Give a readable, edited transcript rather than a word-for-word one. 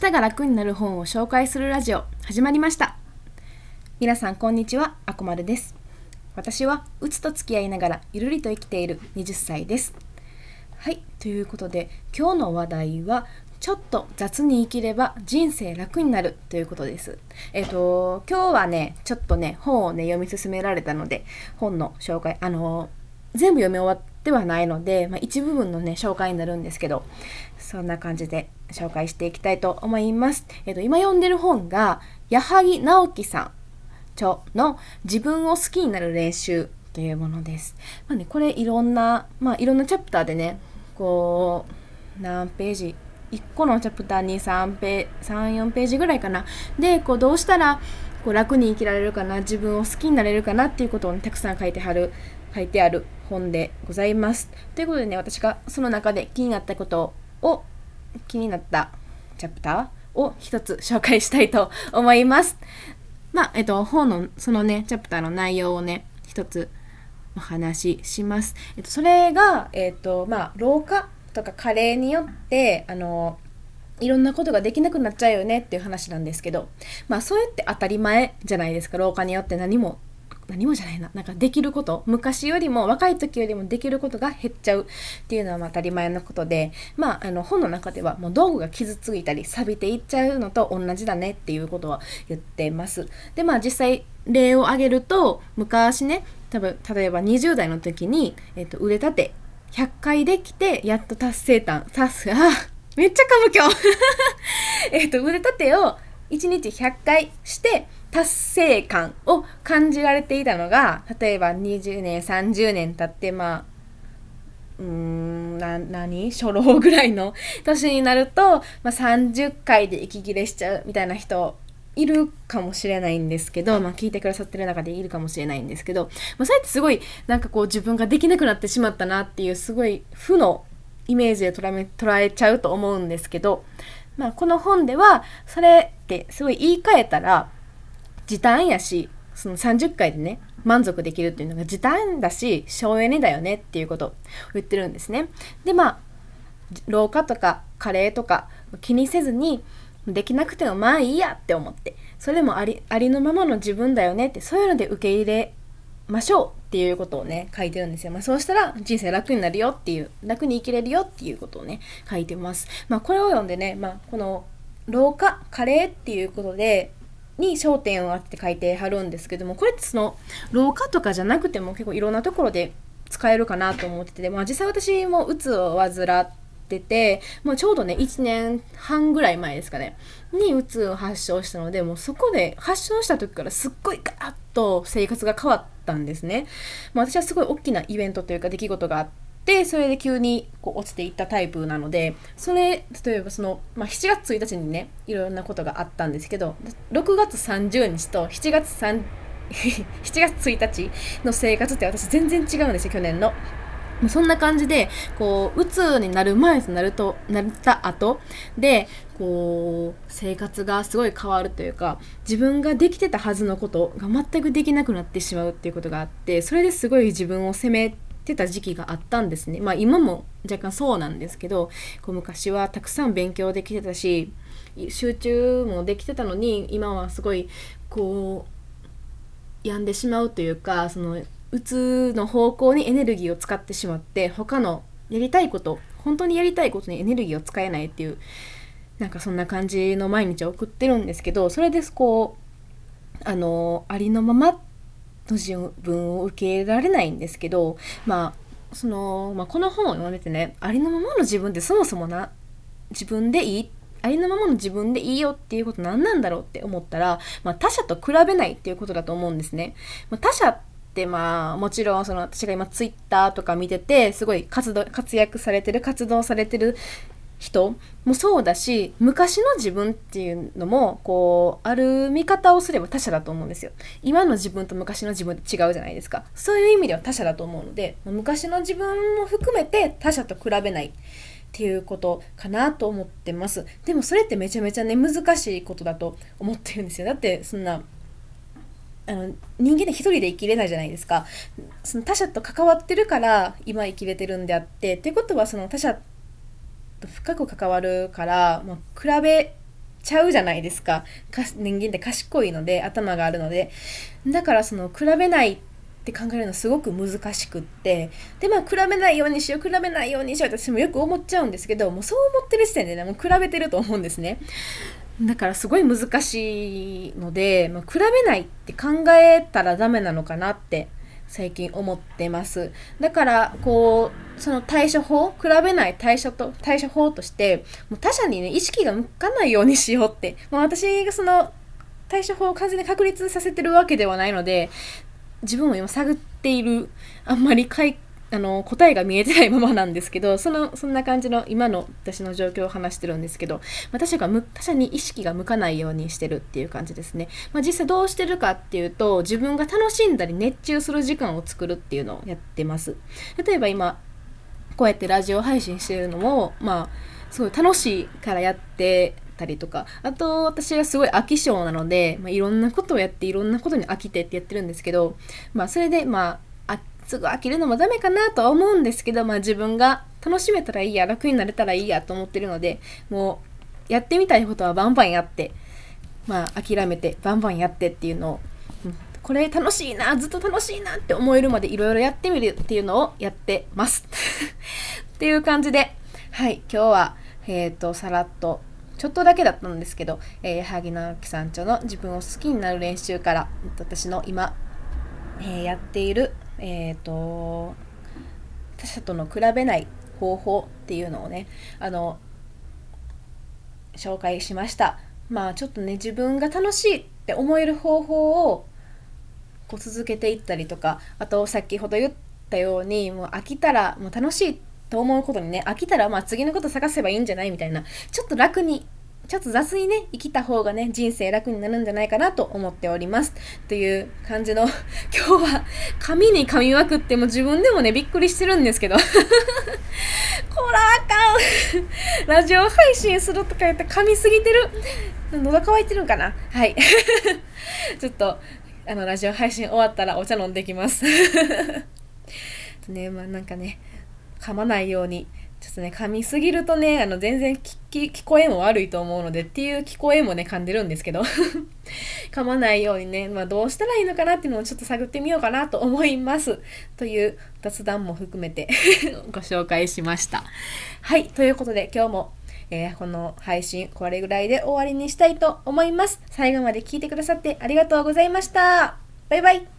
日が楽になる本を紹介するラジオ始まりました。皆さんこんにちは、あこまるです。私はうつと付き合いながらゆるりと生きている20歳です。はい、ということで今日の話題はちょっと雑に生きれば人生楽になるということです。今日はねちょっとね本をね読み進められたので本の紹介全部読み終わってはないので、一部分のね紹介になるんですけど、そんな感じで紹介していきたいと思います。今読んでる本が矢作直樹さん著の自分を好きになる練習というものです。これいろんなチャプターでね、こう何ページ1個のチャプターに3、4ページぐらいかなで、どうしたら楽に生きられるかな、自分を好きになれるかなっていうことを、たくさん書いてある本でございます。ということでね、私がその中で気になったチャプターを一つ紹介したいと思います。本のそのねチャプターの内容をね一つお話しします。それが老化とか加齢によっていろんなことができなくなっちゃうよねっていう話なんですけど、そうやって当たり前じゃないですか。老化によって何もじゃないな、できること、昔よりも若い時よりもできることが減っちゃうっていうのは当たり前のことで、本の中ではもう道具が傷ついたり錆びていっちゃうのと同じだねっていうことは言ってます。で実際例を挙げると、昔ね例えば20代の時に、腕立て100回できてやっとめっちゃ噛む今日腕立てを1日100回して達成感を感じられていたのが、例えば20年30年経って初老ぐらいの年になると、30回で息切れしちゃうみたいな人いるかもしれないんですけど、聞いてくださってる中でいるかもしれないんですけど、それってすごい自分ができなくなってしまったなっていうすごい負のイメージで捉えちゃうと思うんですけど、この本ではそれってすごい言い換えたら時短やし、その30回でね満足できるっていうのが時短だし省エネだよねっていうことを言ってるんですね。で老化とか加齢とか気にせずに、できなくてもいいやって思って、それもありのままの自分だよねって、そういうので受け入れましょうっていうことをね書いてるんですよ。そうしたら人生楽になるよっていう、楽に生きれるよっていうことをね書いてます。これを読んでね、この老化加齢っていうことでに焦点を当てて書いてはるんですけども、これってその老化とかじゃなくても結構いろんなところで使えるかなと思ってて、実際私もうつを患ってて、ちょうどね1年半ぐらい前ですかねにうつを発症したので、もうそこで発症した時からすっごいガラッと生活が変わったんですね。私はすごい大きなイベントというか出来事があって、それで急に落ちていったタイプなので、例えば7月1日にねいろんなことがあったんですけど、6月30日と7月1日の生活って私全然違うんですよ、去年の。そんな感じでうつになる前となった後で生活がすごい変わるというか、自分ができてたはずのことが全くできなくなってしまうっていうことがあって、それですごい自分を責めてた時期があったんですね。今も若干そうなんですけど、昔はたくさん勉強できてたし集中もできてたのに、今はすごい病んでしまうというか、そのうつの方向にエネルギーを使ってしまって、他の本当にやりたいことにエネルギーを使えないっていう、そんな感じの毎日を送ってるんですけど、それですありのままの自分を受け入れられないんですけど、この本を読んでてね、ありのままの自分ってそもそも自分でいい、ありのままの自分でいいよっていうこと何なんだろうって思ったら、他者と比べないっていうことだと思うんですね。他者ってもちろん私が今ツイッターとか見ててすごい活動されてる人もそうだし、昔の自分っていうのもある見方をすれば他者だと思うんですよ。今の自分と昔の自分って違うじゃないですか。そういう意味では他者だと思うので、昔の自分も含めて他者と比べないっていうことかなと思ってます。でもそれってめちゃめちゃね難しいことだと思ってるんですよ。だってそんな人間で一人で生きれないじゃないですか。その他者と関わってるから今生きれてるんであって、ってことはその他者と深く関わるから、比べちゃうじゃないですか。人間って賢いので、頭があるので。だからその比べないって考えるのすごく難しくって、で比べないようにしよう比べないようにしようって私もよく思っちゃうんですけど、もうそう思ってる時点でねもう比べてると思うんですね。だからすごい難しいので、比べないって考えたらダメなのかなって最近思ってます。だからこうその対処法、比べない対処法として、もう他者にね意識が向かないようにしようって、もう私がその対処法を完全に確立させてるわけではないので、自分も今探っている、あんまり答えが見えてないままなんですけど、そんな感じの今の私の状況を話してるんですけど、他者に意識が向かないようにしてるっていう感じですね。実際どうしてるかっていうと、自分が楽しんだり熱中する時間を作るっていうのをやってます。例えば今こうやってラジオ配信してるのもすごい楽しいからやってたりとか、あと私がすごい飽き性なので、いろんなことをやっていろんなことに飽きてってやってるんですけど、それですぐ飽きるのもダメかなとは思うんですけど、自分が楽しめたらいいや、楽になれたらいいやと思ってるので、もうやってみたいことはバンバンやって、諦めてバンバンやってっていうのを、これ楽しいな、ずっと楽しいなって思えるまでいろいろやってみるっていうのをやってますっていう感じで、はい、今日はさらっとちょっとだけだったんですけど、矢作直樹さん著の自分を好きになる練習から私の今、やっている他者との比べない方法っていうのをね紹介しました。ちょっとね自分が楽しいって思える方法をこう続けていったりとか、あと先ほど言ったようにもう飽きたらもう楽しいと思うことにね、飽きたら次のこと探せばいいんじゃないみたいな、ちょっと雑にね生きた方がね人生楽になるんじゃないかなと思っておりますという感じの今日は紙に噛みまくっても自分でもねびっくりしてるんですけどこらあかんラジオ配信するとか言って噛みすぎてる、喉乾いてるんかな。はいちょっとラジオ配信終わったらお茶飲んできますね、なんかね噛まないように、ちょっとね噛みすぎるとね全然聞こえも悪いと思うのでっていう聞こえもね噛んでるんですけど噛まないようにね、どうしたらいいのかなっていうのをちょっと探ってみようかなと思いますという雑談も含めてご紹介しました。はい、ということで今日もこの配信これぐらいで終わりにしたいと思います。最後まで聞いてくださってありがとうございました。バイバイ。